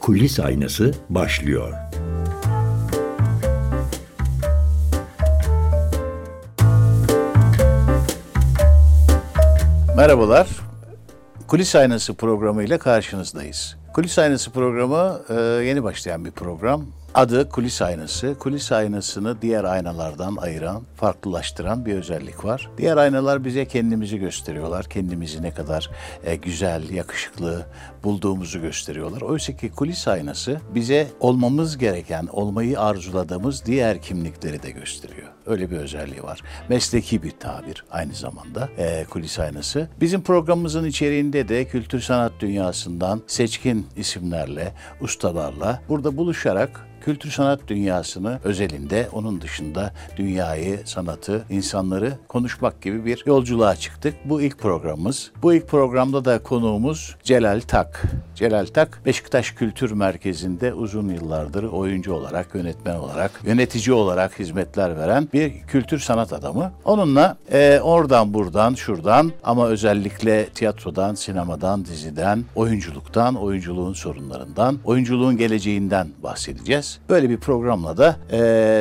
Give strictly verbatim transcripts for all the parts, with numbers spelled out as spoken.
Kulis Aynası başlıyor. Merhabalar, Kulis Aynası programı ile karşınızdayız. Kulis Aynası programı e, yeni başlayan bir program. Adı Kulis Aynası. Kulis aynasını diğer aynalardan ayıran, farklılaştıran bir özellik var. Diğer aynalar bize kendimizi gösteriyorlar. Kendimizi ne kadar e, güzel, yakışıklı bulduğumuzu gösteriyorlar. Oysa ki kulis aynası bize olmamız gereken, olmayı arzuladığımız diğer kimlikleri de gösteriyor. Öyle bir özelliği var. Mesleki bir tabir aynı zamanda e, kulis aynası. Bizim programımızın içeriğinde de kültür sanat dünyasından seçkin isimlerle, ustalarla burada buluşarak kültür sanat dünyasını özelinde, onun dışında dünyayı, sanatı, insanları konuşmak gibi bir yolculuğa çıktık. Bu ilk programımız. Bu ilk programda da konuğumuz Celal Tak. Celal Tak, Beşiktaş Kültür Merkezi'nde uzun yıllardır oyuncu olarak, yönetmen olarak, yönetici olarak hizmetler veren bir kültür sanat adamı. Onunla e, oradan, buradan, şuradan ama özellikle tiyatrodan, sinemadan, diziden, oyunculuktan, oyunculuğun sorunlarından, oyunculuğun geleceğinden bahsedeceğiz. Böyle bir programla da e,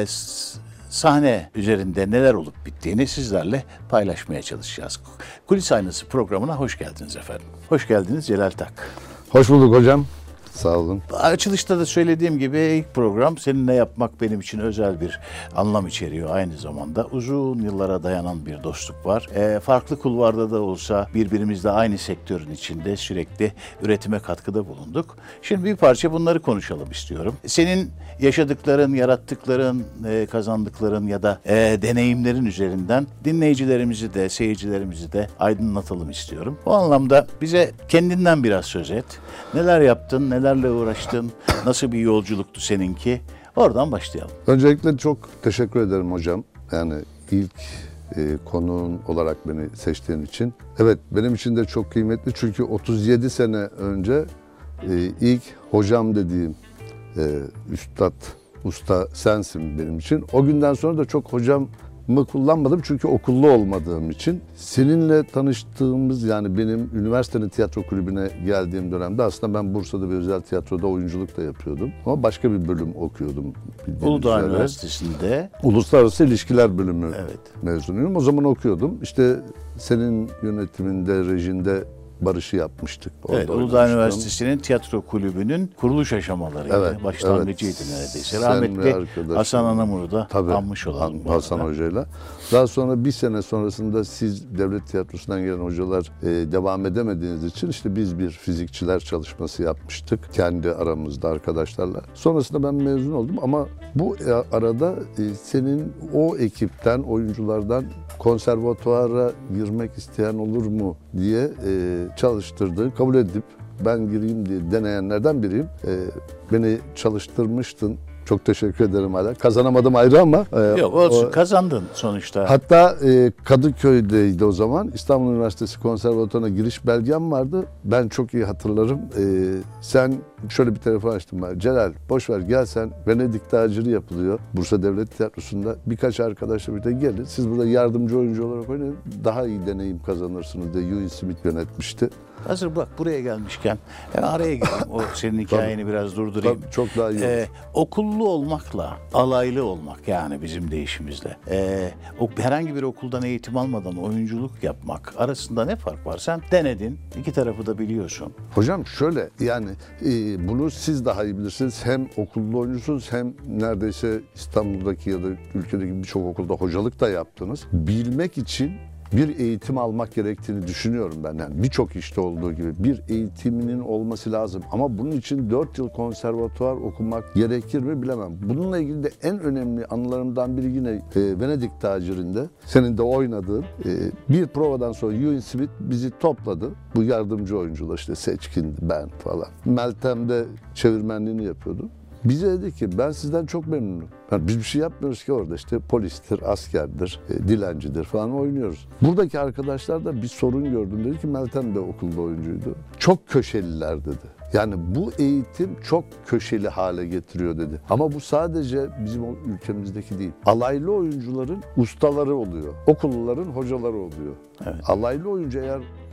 sahne üzerinde neler olup bittiğini sizlerle paylaşmaya çalışacağız. Kulis Aynası programına hoş geldiniz efendim. Hoş geldiniz Celal Tak. Hoş bulduk hocam. Sağ olun. Açılışta da söylediğim gibi ilk program seninle yapmak benim için özel bir anlam içeriyor. Aynı zamanda uzun yıllara dayanan bir dostluk var. E, farklı kulvarda da olsa birbirimizle aynı sektörün içinde sürekli üretime katkıda bulunduk. Şimdi bir parça bunları konuşalım istiyorum. Senin yaşadıkların, yarattıkların, e, kazandıkların ya da e, deneyimlerin üzerinden dinleyicilerimizi de, seyircilerimizi de aydınlatalım istiyorum. Bu anlamda bize kendinden biraz söz et. Neler yaptın, nelerle uğraştın, nasıl bir yolculuktu seninki? Oradan başlayalım. Öncelikle çok teşekkür ederim hocam. Yani ilk e, konuğun olarak beni seçtiğin için. Evet, benim için de çok kıymetli çünkü otuz yedi sene önce e, ilk hocam dediğim e, üstad, usta sensin benim için. O günden sonra da çok hocam mı kullanmadım çünkü okullu olmadığım için. Seninle tanıştığımız, yani benim üniversitenin tiyatro kulübüne geldiğim dönemde aslında ben Bursa'da bir özel tiyatroda oyunculuk da yapıyordum. Ama başka bir bölüm okuyordum. Uludağ Üniversitesi'nde. Uluslararası İlişkiler bölümü evet. mezunuyum. O zaman okuyordum. İşte senin yönetiminde, rejinde Barış'ı yapmıştık. Orada evet, Uludağ Üniversitesi'nin tiyatro kulübünün kuruluş aşamalarıydı. Evet, başlangıcıydı evet. Neredeyse. Rahmetli Hasan Anamur'u da tabii, anmış olalım. Hasan Hoca'yla. Daha sonra bir sene sonrasında siz devlet tiyatrosundan gelen hocalar e, devam edemediğiniz için işte biz bir fizikçiler çalışması yapmıştık. Kendi aramızda arkadaşlarla. Sonrasında ben mezun oldum ama bu arada e, senin o ekipten, oyunculardan konservatuara girmek isteyen olur mu diye e, çalıştırdı, kabul edip ben gireyim diye deneyenlerden biriyim. E, beni çalıştırmıştın. Çok teşekkür ederim hala. Kazanamadım ayrı ama. E, Yok olsun o, kazandın sonuçta. Hatta e, Kadıköy'deydi o zaman. İstanbul Üniversitesi Konservatuvarı'na giriş belgem vardı. Ben çok iyi hatırlarım. E, sen şöyle bir telefon açtın bana. Celal boş ver gel sen. Venedik taciri yapılıyor. Bursa Devlet Tiyatrosu'nda. Birkaç arkadaşla birlikte gelin. Siz burada yardımcı oyuncu olarak oynayın. Daha iyi deneyim kazanırsınız diye Ewan Smith yönetmişti. Hazır bak buraya gelmişken hemen araya gireyim. O senin hikayeni tabii, biraz durdurayım. Tabii, çok daha iyi olur. Ee, okullu olmakla alaylı olmak, yani bizim deyişimizle. Ee, o, herhangi bir okuldan eğitim almadan oyunculuk yapmak arasında ne fark var? Sen denedin. İki tarafı da biliyorsun. Hocam şöyle, yani e, bunu siz daha iyi bilirsiniz. Hem okullu oyuncusunuz hem neredeyse İstanbul'daki ya da ülkedeki birçok okulda hocalık da yaptınız. Bilmek için bir eğitim almak gerektiğini düşünüyorum ben. Yani birçok işte olduğu gibi bir eğitiminin olması lazım. Ama bunun için dört yıl konservatuvar okumak gerekir mi bilemem. Bununla ilgili de en önemli anılarımdan biri yine e, Venedik tacirinde, senin de oynadığın e, bir provadan sonra Ewan Smith bizi topladı. Bu yardımcı oyuncular işte Seçkin, ben falan. Meltem de çevirmenliğini yapıyordu. Bize dedi ki ben sizden çok memnunum. Yani biz bir şey yapmıyoruz ki orada, işte polistir, askerdir, e, dilencidir falan oynuyoruz. Buradaki arkadaşlar da bir sorun gördüm, dedi ki Meltem de okulda oyuncuydu. Çok köşeliler dedi. Yani bu eğitim çok köşeli hale getiriyor dedi. Ama bu sadece bizim ülkemizdeki değil. Alaylı oyuncuların ustaları oluyor. Okulluların hocaları oluyor. Evet. Alaylı oyuncu eğer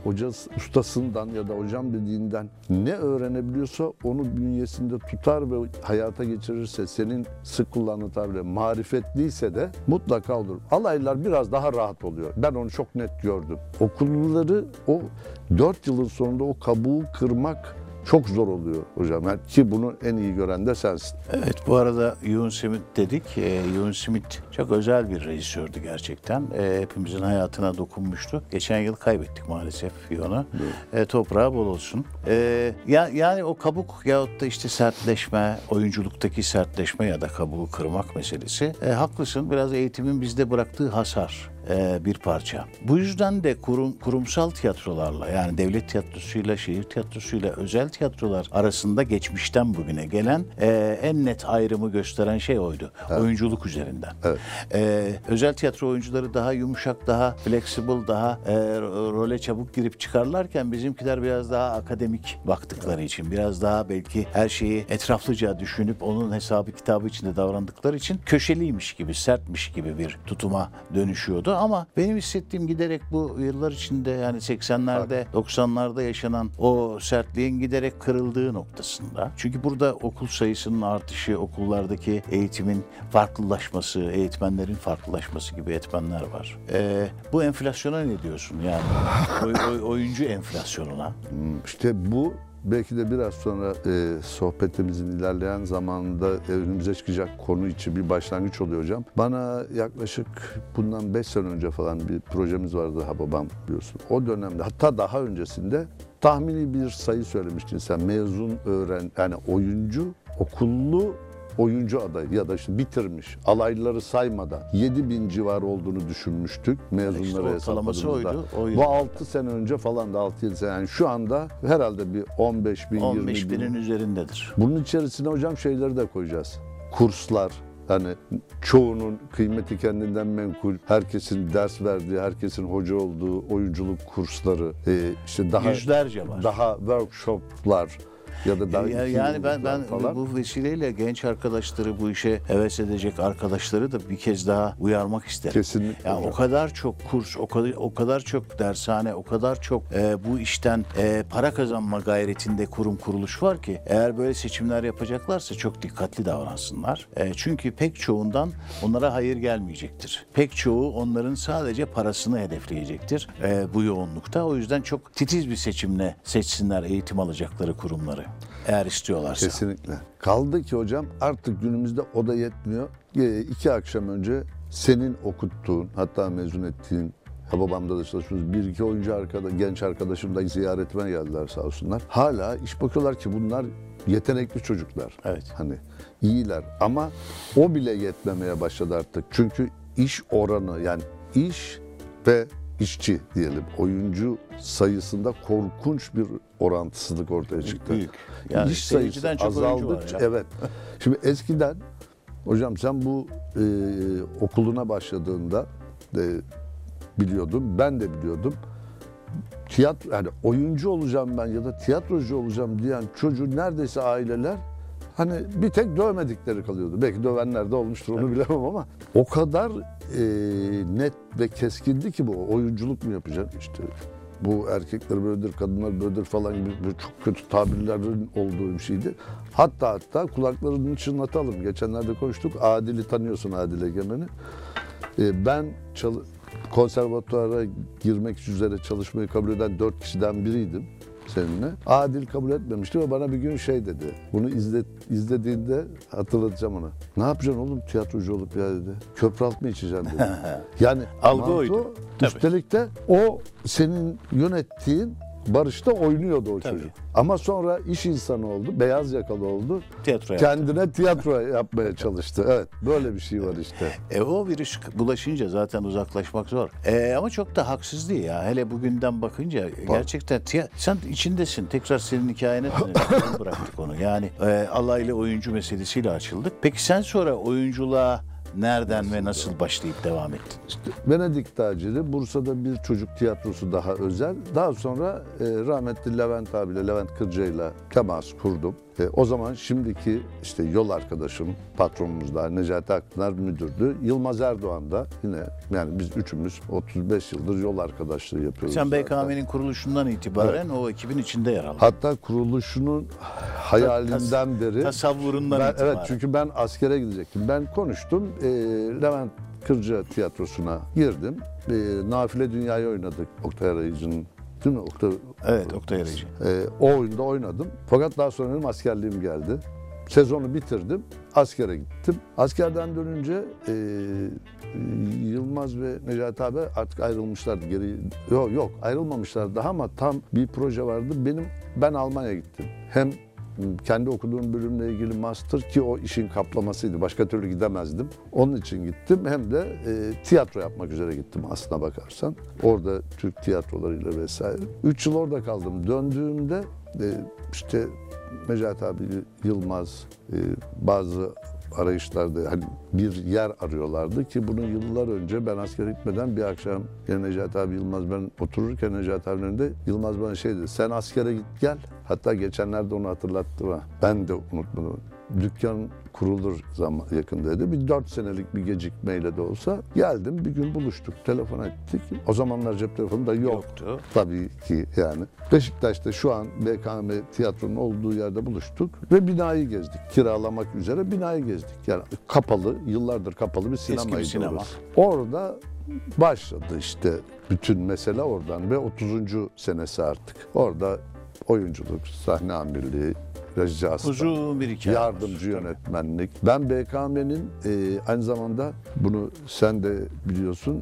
hocası, ustasından ya da hocam dediğinden ne öğrenebiliyorsa onu bünyesinde tutar ve hayata geçirirse, senin sık kullandığın tabirle marifetliyse de mutlaka olur. Alaylar biraz daha rahat oluyor. Ben onu çok net gördüm. Okulları o dört yılın sonunda o kabuğu kırmak çok zor oluyor hocam. Yani ki bunu en iyi gören de sensin. Evet, bu arada Ewan Smith dedik. E, Ewan Smith çok özel bir rejisördü gerçekten. E, hepimizin hayatına dokunmuştu. Geçen yıl kaybettik maalesef Ewan'ı. E, toprağı bol olsun. E, ya, yani o kabuk yahut da işte sertleşme, oyunculuktaki sertleşme ya da kabuğu kırmak meselesi. E, haklısın, biraz eğitimin bizde bıraktığı hasar bir parça. Bu yüzden de kurum, kurumsal tiyatrolarla, yani devlet tiyatrosuyla, şehir tiyatrosuyla, özel tiyatrolar arasında geçmişten bugüne gelen e, en net ayrımı gösteren şey oydu. Evet. Oyunculuk üzerinden. Evet. E, özel tiyatro oyuncuları daha yumuşak, daha flexible, daha e, role çabuk girip çıkarlarken bizimkiler biraz daha akademik baktıkları evet. için, biraz daha belki her şeyi etraflıca düşünüp onun hesabı kitabı içinde davrandıkları için köşeliymiş gibi, sertmiş gibi bir tutuma dönüşüyordu. Ama benim hissettiğim giderek bu yıllar içinde, yani seksenlerde, doksanlarda yaşanan o sertliğin giderek kırıldığı noktasında. Çünkü burada okul sayısının artışı, okullardaki eğitimin farklılaşması, eğitmenlerin farklılaşması gibi etmenler var. Ee, bu enflasyona ne diyorsun? Yani oy, oy, oyuncu enflasyonuna. İşte bu belki de biraz sonra e, sohbetimizin ilerleyen zamanında önümüze çıkacak konu için bir başlangıç oluyor hocam. Bana yaklaşık bundan beş sene önce falan bir projemiz vardı Hababam, biliyorsun. O dönemde, hatta daha öncesinde tahmini bir sayı söylemiştin sen. Mezun öğren, yani oyuncu, okullu oyuncu adayı ya da işte bitirmiş, alayları saymadan yedi bin civarı olduğunu düşünmüştük mezunları işte hesapladığımızda. Oydu, Bu altı sene önce falan da altı yedi sene, yani şu anda herhalde bir on beş bin, on yirmi beş bin. binin üzerindedir. Bunun içerisine hocam şeyleri de koyacağız. Kurslar, hani çoğunun kıymeti kendinden menkul, herkesin ders verdiği, herkesin hoca olduğu oyunculuk kursları, işte daha yüzlerce var. Daha workshoplar. Ya da daha yani, yani ben ben falan. Bu vesileyle genç arkadaşları, bu işe heves edecek arkadaşları da bir kez daha uyarmak isterim. Kesinlikle. Yani o kadar çok kurs, o kadar o kadar çok dershane, o kadar çok e, bu işten e, para kazanma gayretinde kurum kuruluş var ki, eğer böyle seçimler yapacaklarsa çok dikkatli davransınlar. E, çünkü pek çoğundan onlara hayır gelmeyecektir. Pek çoğu onların sadece parasını hedefleyecektir e, bu yoğunlukta. O yüzden çok titiz bir seçimle seçsinler eğitim alacakları kurumları. Eğer istiyorlarsa. Kesinlikle. Kaldı ki hocam artık günümüzde o da yetmiyor. E, iki akşam önce senin okuttuğun, hatta mezun ettiğin, Hababam'da da çalışıyoruz. Bir iki oyuncu arkadaş, genç arkadaşım da ziyaretime geldiler sağ olsunlar. Hala iş bakıyorlar ki bunlar yetenekli çocuklar. Evet. Hani iyiler ama o bile yetmemeye başladı artık. Çünkü iş oranı, yani iş ve işçi diyelim, oyuncu sayısında korkunç bir orantısızlık ortaya çıktı. Büyük. Yani İş sayısı azaldıkça, evet. Şimdi eskiden hocam sen bu e, okuluna başladığında e, biliyordum, ben de biliyordum. Tiyatro, yani oyuncu olacağım ben ya da tiyatrocu olacağım diyen çocuğu neredeyse aileler, hani bir tek dövmedikleri kalıyordu. Belki dövenler de olmuştur, onu bilemem ama o kadar e, net ve keskindi ki bu, oyunculuk mu yapacaksın işte, bu erkekler böyledir, kadınlar böyledir falan gibi çok kötü tabirlerin olduğu bir şeydi. Hatta hatta kulaklarını çınlatalım. Geçenlerde konuştuk. Adil'i tanıyorsun, Adil Egemen'i. E, ben çalı konservatuvara girmek üzere çalışmayı kabul eden dört kişiden biriydim seninle. Adil kabul etmemişti ve bana bir gün şey dedi. Bunu izle, izlediğinde hatırlatacağım ona. Ne yapacaksın oğlum tiyatrocu olup ya dedi. Köprü altı mı içeceksin dedi. Yani algı oydu. Üstelik de o senin yönettiğin Barış'ta oynuyordu o Tabii. çocuk. Ama sonra iş insanı oldu, beyaz yakalı oldu. Tiyatro Kendine yaptı. tiyatro yapmaya çalıştı. Evet, böyle bir şey var işte. E o virüs bulaşınca zaten uzaklaşmak zor. E, ama çok da haksız değil ya. Hele bugünden bakınca gerçekten tiy- sen içindesin. Tekrar senin hikayene dönelim. Bıraktık onu. Yani e, alaylı oyuncu meselesiyle açıldık. Peki sen sonra oyunculuğa nereden ve nasıl başlayıp devam ettin? İşte Venedik taciri, Bursa'da bir çocuk tiyatrosu daha özel. Daha sonra e, rahmetli Levent abiyle, Levent Kırca'yla temas kurdum. E, o zaman şimdiki işte yol arkadaşım, patronumuz da Necati Akpınar müdürdü. Yılmaz Erdoğan da yine, yani biz üçümüz otuz beş yıldır yol arkadaşlığı yapıyoruz. Sen zaten. B K M'nin kuruluşundan itibaren evet. o ekibin içinde yer aldın. Hatta kuruluşunun hayalinden beri. Tasavvurundan ben, itibaren. Evet, çünkü ben askere gidecektim. Ben konuştum. E, Levent Kırca tiyatrosuna girdim. E, Nafile Dünya'yı oynadık. Oktay Arayıcı'nın, değil mi? Oktay, evet, Oktay Arayıcı. E, o oyunda oynadım. Fakat daha sonra benim askerliğim geldi. Sezonu bitirdim. Askere gittim. Askerden dönünce e, Yılmaz ve Necati abi artık ayrılmışlardı. Geri, yok yok ayrılmamışlardı daha, ama tam bir proje vardı. Benim ben Almanya'ya gittim. Hem kendi okuduğum bölümle ilgili master, ki o işin kaplamasıydı. Başka türlü gidemezdim. Onun için gittim. Hem de e, tiyatro yapmak üzere gittim aslına bakarsan. Orada Türk tiyatrolarıyla vesaire. Üç yıl orada kaldım. Döndüğümde e, işte Necati abi, Yılmaz e, bazı arayışlarda hani bir yer arıyorlardı ki bunu yıllar önce ben askere gitmeden bir akşam yine Necati abi, Yılmaz, ben otururken Necati abinin önünde Yılmaz bana şey dedi: sen askere git gel. Hatta geçenlerde onu hatırlattı bana. Ben de unutmadım. Dükkan kurulur zaman yakın dedi. Bir dört senelik bir gecikmeyle de olsa geldim. Bir gün buluştuk. Telefon ettik. O zamanlar cep telefonu da yok. Yoktu. Tabii ki yani. Beşiktaş'ta şu an B K M tiyatronun olduğu yerde buluştuk. Ve binayı gezdik. Kiralamak üzere binayı gezdik. Yani kapalı, yıllardır kapalı bir sinemaydı. Eski bir sinema. Orası. Orada başladı işte bütün mesele oradan ve otuzuncu senesi artık. Orada oyunculuk, sahne amirliği, reji asistan, uzun bir hikaye yardımcı var. yönetmenlik. Ben B K M'nin e, aynı zamanda, bunu sen de biliyorsun,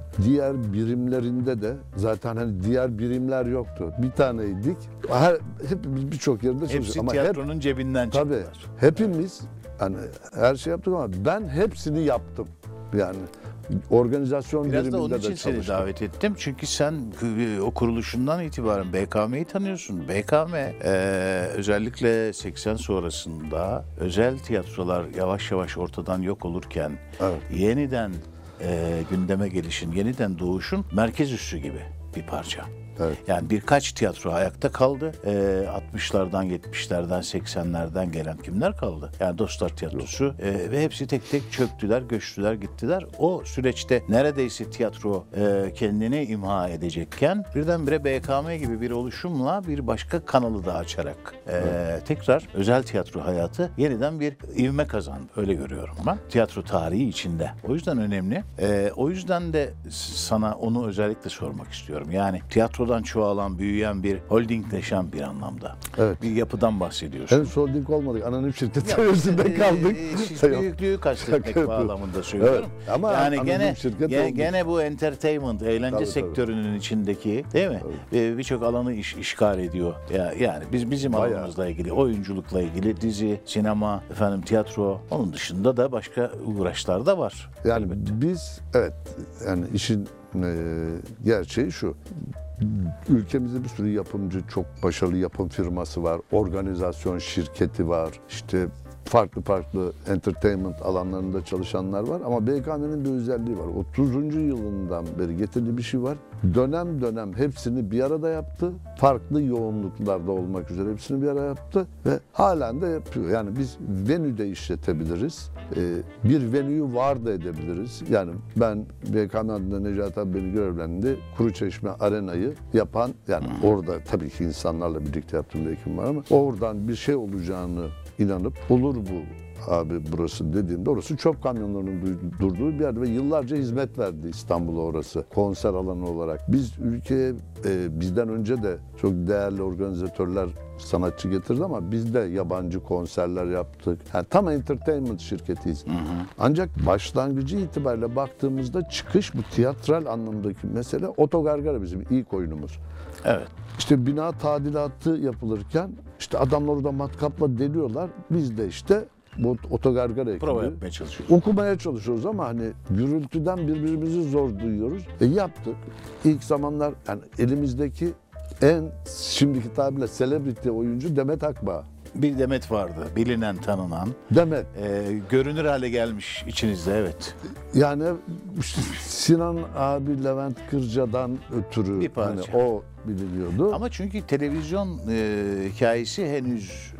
diğer birimlerinde de zaten hani diğer birimler yoktu. Bir taneydik. Her, hepimiz birçok yerde çalıştık. Hepsi Ama tiyatronun hep, cebinden tabii, çıktılar. hepimiz hani her şey yaptık ama ben hepsini yaptım. Yani organizasyon Biraz da biriminde onun de için seni çalıştım. davet ettim. Çünkü sen o kuruluşundan itibaren B K M'yi tanıyorsun. B K M e, özellikle seksen sonrasında özel tiyatrolar yavaş yavaş ortadan yok olurken Evet. yeniden e, gündeme gelişin, yeniden doğuşun merkez üssü gibi bir parça. Evet. Yani birkaç tiyatro ayakta kaldı. Ee, altmışlardan, yetmişlerden, seksenlerden gelen kimler kaldı? Yani Dostlar Tiyatrosu e, ve hepsi tek tek çöktüler, göçtüler, gittiler. O süreçte neredeyse tiyatro e, kendini imha edecekken birdenbire B K M gibi bir oluşumla bir başka kanalı da açarak e, tekrar özel tiyatro hayatı yeniden bir ivme kazandı. Öyle görüyorum ben. Tiyatro tarihi içinde. O yüzden önemli. E, o yüzden de sana onu özellikle sormak istiyorum. Yani tiyatro çoğalan, büyüyen bir holdingleşen bir anlamda. Evet. Bir yapıdan bahsediyorsun. Henüz holding olmadık. Anonim şirket seviyesinde kaldık. E, büyüklüğü kastetmek bağlamında söylüyorum. Evet. Ama yani anonim gene şirket gene, olduk. gene bu entertainment, eğlence Tabii, sektörünün tabii. içindeki, değil mi? E, birçok alanı iş, işgal ediyor. Ya, yani biz bizim Bayağı. alanımızla ilgili, oyunculukla ilgili dizi, sinema, efendim tiyatro, onun dışında da başka uğraşlar da var. Yani elbette. biz, evet, yani işin e, gerçeği şu. Ülkemizde bir sürü yapımcı, çok başarılı yapım firması var, organizasyon şirketi var, işte farklı farklı entertainment alanlarında çalışanlar var ama B K M'nin bir özelliği var. otuzuncu yılından beri getirdiği bir şey var. Dönem dönem hepsini bir arada yaptı. Farklı yoğunluklarda olmak üzere hepsini bir arada yaptı ve halen de yapıyor. Yani biz venüde işletebiliriz. Ee, bir venüyü var da edebiliriz. Yani ben B K M adına Necati abi beni görevlendi. Kuruçeşme Arena'yı yapan, yani orada tabii ki insanlarla birlikte yaptığım bir ekibim var ama oradan bir şey olacağını inanıp olur bu abi burası dediğimde, orası çöp kamyonlarının durduğu bir yer ve yıllarca hizmet verdi İstanbul'a orası konser alanı olarak. Biz ülkeye e, bizden önce de çok değerli organizatörler, sanatçı getirdi ama biz de yabancı konserler yaptık. Yani tam entertainment şirketiyiz. Hı hı. Ancak başlangıcı itibariyle baktığımızda çıkış, bu tiyatral anlamdaki mesele Otogargara bizim ilk oyunumuz. Evet. İşte bina tadilatı yapılırken işte adamlar orada matkapla deliyorlar. Biz de işte bu Otogargara ekibi prova yapmaya çalışıyoruz. Okumaya çalışıyoruz ama hani gürültüden birbirimizi zor duyuyoruz. E yaptık. İlk zamanlar yani elimizdeki en, şimdiki tabirle celebrity oyuncu Demet Akbağ. Bir Demet vardı, bilinen, tanınan. Demet. E, görünür hale gelmiş içinizde, evet. Yani işte Sinan abi, Levent Kırca'dan ötürü Bir parça. hani o biliniyordu. Ama çünkü televizyon e, hikayesi henüz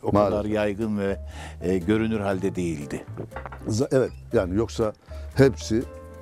o kadar Maalesef. yaygın ve e, görünür halde değildi. Z- Evet yani yoksa hepsi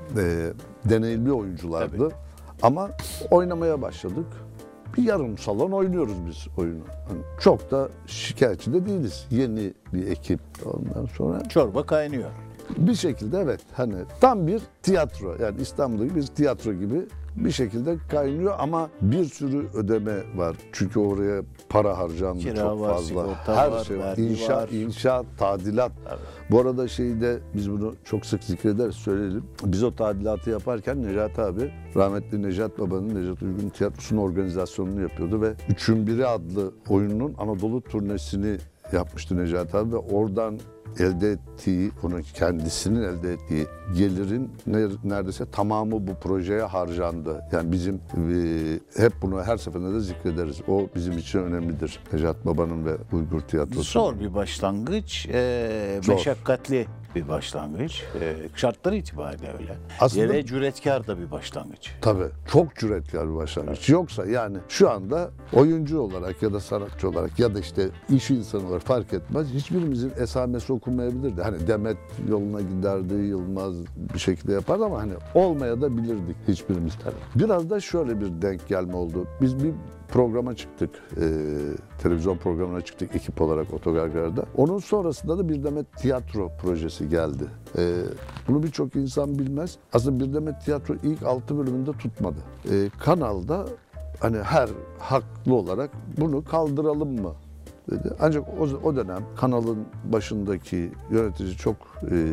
e, deneyimli oyunculardı. Tabii. Ama oynamaya başladık. Bir yarım salon oynuyoruz biz oyunu. Hani çok da şikayetçi de değiliz. Yeni bir ekip ondan sonra. Çorba kaynıyor. Bir şekilde evet hani tam bir tiyatro yani İstanbul'daki bir tiyatro gibi bir şekilde kaynıyor ama bir sürü ödeme var. Çünkü oraya para harcandı Kira çok var, fazla. sigorta Her var, şey var. vergi İnşa, var. inşaat, tadilat. Evet. Bu arada şeyde biz bunu çok sık zikrederiz söyleyelim. Biz o tadilatı yaparken Necati abi rahmetli Necat Baba'nın Necat Uygun Tiyatrosu'nun organizasyonunu yapıyordu ve Üçün Biri adlı oyunun Anadolu turnesini yapmıştı Necati abi ve oradan elde ettiği, onun kendisinin elde ettiği gelirin neredeyse tamamı bu projeye harcandı. Yani bizim e, hep bunu her seferinde de zikrederiz. O bizim için önemlidir. Necat Baba'nın ve Uygur Tiyatrosu. Zor bir başlangıç, e, Zor. meşakkatli bir başlangıç. E, şartlar itibariyle öyle. Aslında- Ve cüretkar da bir başlangıç. Tabii. Çok cüretkar bir başlangıç. Yoksa yani şu anda oyuncu olarak ya da sanatçı olarak ya da işte iş insanı olarak fark etmez. Hiçbirimizin esamesi okunmayabilirdi. Hani Demet yoluna giderdi, Yılmaz bir şekilde yapardı ama hani olmaya da bilirdik hiçbirimiz. Biraz da şöyle bir denk gelme oldu. Biz bir programa çıktık. E, televizyon programına çıktık ekip olarak Otogargar'da. Onun sonrasında da Bir Demet Tiyatro projesi geldi. E, bunu birçok insan bilmez. Aslında Bir Demet Tiyatro ilk altı bölümünde tutmadı. E, kanalda hani her haklı olarak bunu kaldıralım mı dedi. Ancak o, o dönem kanalın başındaki yönetici çok e,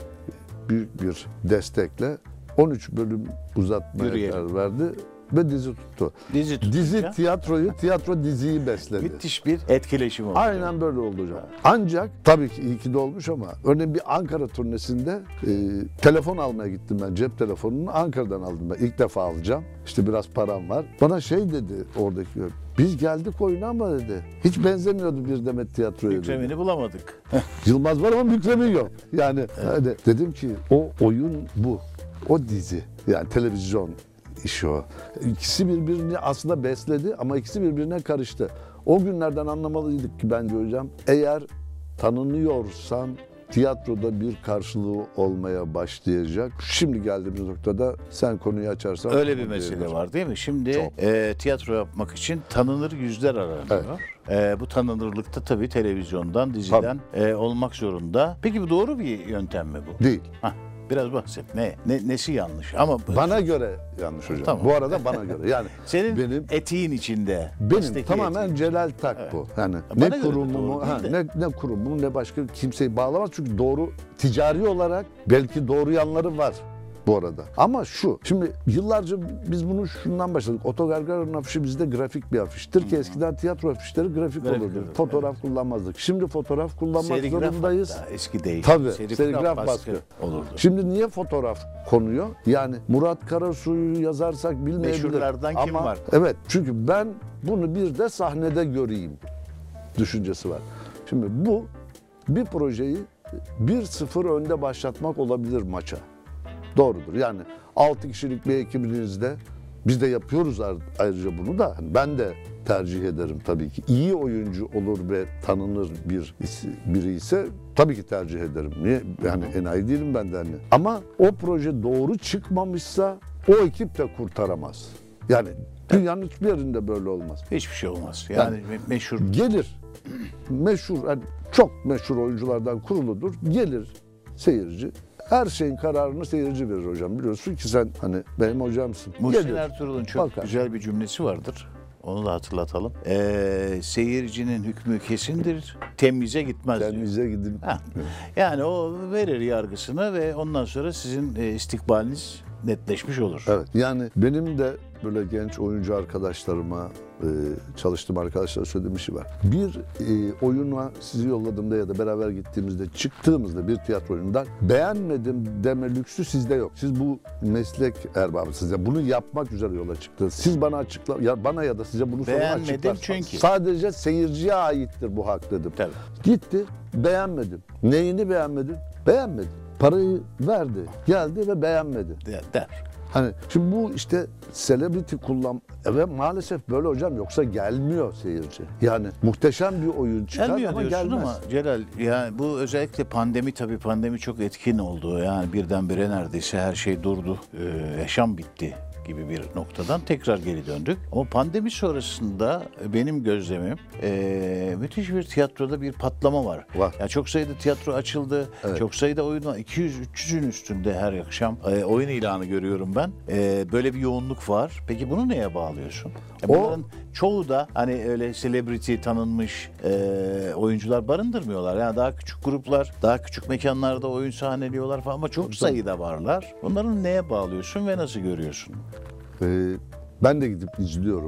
büyük bir destekle on üç bölüm uzatmaya Yürüyelim. karar verdi ve dizi tuttu. Dizi tutunca Dizi tiyatroyu, tiyatro diziyi besledi. müthiş bir etkileşim oldu. Aynen böyle oldu hocam. Ancak tabii ki iyi ki de olmuş ama örneğin bir Ankara turnesinde e, telefon almaya gittim ben. Cep telefonunu Ankara'dan aldım ben. İlk defa alacağım. İşte biraz param var. Bana şey dedi oradaki, biz geldik oyuna ama dedi. Hiç benzemiyordu Bir Demet Tiyatro'ya dedi. Mükremini bulamadık. Yılmaz var ama Mükremin yok. Yani hani dedim ki o oyun bu. O dizi. Yani televizyon işi o. İkisi birbirini aslında besledi ama ikisi birbirine karıştı. O günlerden anlamalıydık ki bence hocam, eğer tanınıyorsan tiyatroda bir karşılığı olmaya başlayacak. Şimdi geldiğimiz noktada sen konuyu açarsan... Öyle bir mesele var değil mi? Şimdi Çok. e, tiyatro yapmak için tanınır yüzler aranıyor. E, bu tanınırlıkta tabii televizyondan, diziden e, olmak zorunda. Peki bu doğru bir yöntem mi bu? Değil. Hah, biraz bahset. Ne, ne nesi yanlış? Ama Bana göre yanlış hocam. Tamam. Bu arada bana göre. Yani senin benim etiğin içinde. Benim mesleki tamamen etiğin. Celal Tak bu. Yani Bana ne göre de kurumumu, doğru ha, değil de. ne, ne kurumumu ne başka kimseyi bağlamaz. Çünkü doğru ticari olarak belki doğru yanları var bu arada. Ama şu, şimdi yıllarca biz bunu şundan başladık. Otogargar'ın afişi bizde grafik bir afiştir ki eskiden tiyatro afişleri grafik, Grafik olurdu. olurdu, Fotoğraf kullanmazdık. Şimdi fotoğraf kullanmak Serigraf zorundayız. hatta, eski değil. Tabii, Serigraf, serigraf baskı, baskı. olurdu. Şimdi niye fotoğraf konuyor? Yani Murat Karasu'yu yazarsak bilmeyebilir. Meşhurlardan kim Ama, var? Evet, çünkü ben bunu bir de sahnede göreyim düşüncesi var. Şimdi bu bir projeyi bir sıfır önde başlatmak olabilir maça. Doğrudur. Yani altı kişilik bir ekibinizde biz de yapıyoruz ayrıca bunu da. Ben de tercih ederim tabii ki. İyi oyuncu olur ve tanınır bir biri ise tabii ki tercih ederim. Niye? Yani enayi değilim ben de. Hani. Ama o proje doğru çıkmamışsa o ekip de kurtaramaz. Yani dünyanın hiçbir yerinde böyle olmaz. Hiçbir şey olmaz. Yani, Yani- me- meşhur. Gelir meşhur, yani çok meşhur oyunculardan kuruludur. Gelir seyirci. Her şeyin kararını seyirci verir hocam. Biliyorsun ki sen hani benim hocamsın. Muhsin Gelir. Ertuğrul'un çok Bakar. güzel bir cümlesi vardır. Onu da hatırlatalım. Ee, seyircinin hükmü kesindir, temize gitmez diyor. Temize gidin. Ha. Yani o verir yargısını ve ondan sonra sizin e, istikbaliniz netleşmiş olur. Evet, yani benim de böyle genç oyuncu arkadaşlarıma, e, çalıştığım arkadaşlara söylediğim bir şey var. Bir e, oyuna sizi yolladığımda ya da beraber gittiğimizde, çıktığımızda bir tiyatro oyunundan beğenmedim deme lüksü sizde yok. Siz bu meslek erbabısınız. Yani bunu yapmak üzere yola çıktınız. Siz bana açıkla, ya bana ya da size bunu sorun Beğenmedim açıklarsanız. çünkü. Sadece seyirciye aittir bu hak dedim. Tabii. Gitti, beğenmedim. Neyini beğenmedin? Beğenmedim. Parayı verdi, geldi ve beğenmedi. Der. der. Hani şimdi bu işte celebrity kullan ve maalesef böyle hocam, yoksa gelmiyor seyirci. Yani muhteşem bir oyun çıkar Gelmiyor ama diyorsun gelmez. ama Celal, yani bu özellikle pandemi, tabii pandemi çok etkin oldu. Yani birdenbire neredeyse her şey durdu. Ee, yaşam bitti gibi bir noktadan tekrar geri döndük. Ama pandemi sonrasında benim gözlemim e, müthiş bir tiyatroda bir patlama var. Var. Yani çok sayıda tiyatro açıldı. Evet. Çok sayıda oyun var. iki yüz üç yüzün üstünde her akşam e, oyun ilanı görüyorum ben. E, böyle bir yoğunluk var. Peki bunu neye bağlıyorsun? Ya O- bunların çoğu da hani öyle celebrity, tanınmış e, oyuncular barındırmıyorlar. Yani daha küçük gruplar, daha küçük mekanlarda oyun sahneliyorlar falan ama çok sayıda varlar. Bunların neye bağlıyorsun ve nasıl görüyorsun? Ee, ben de gidip izliyorum.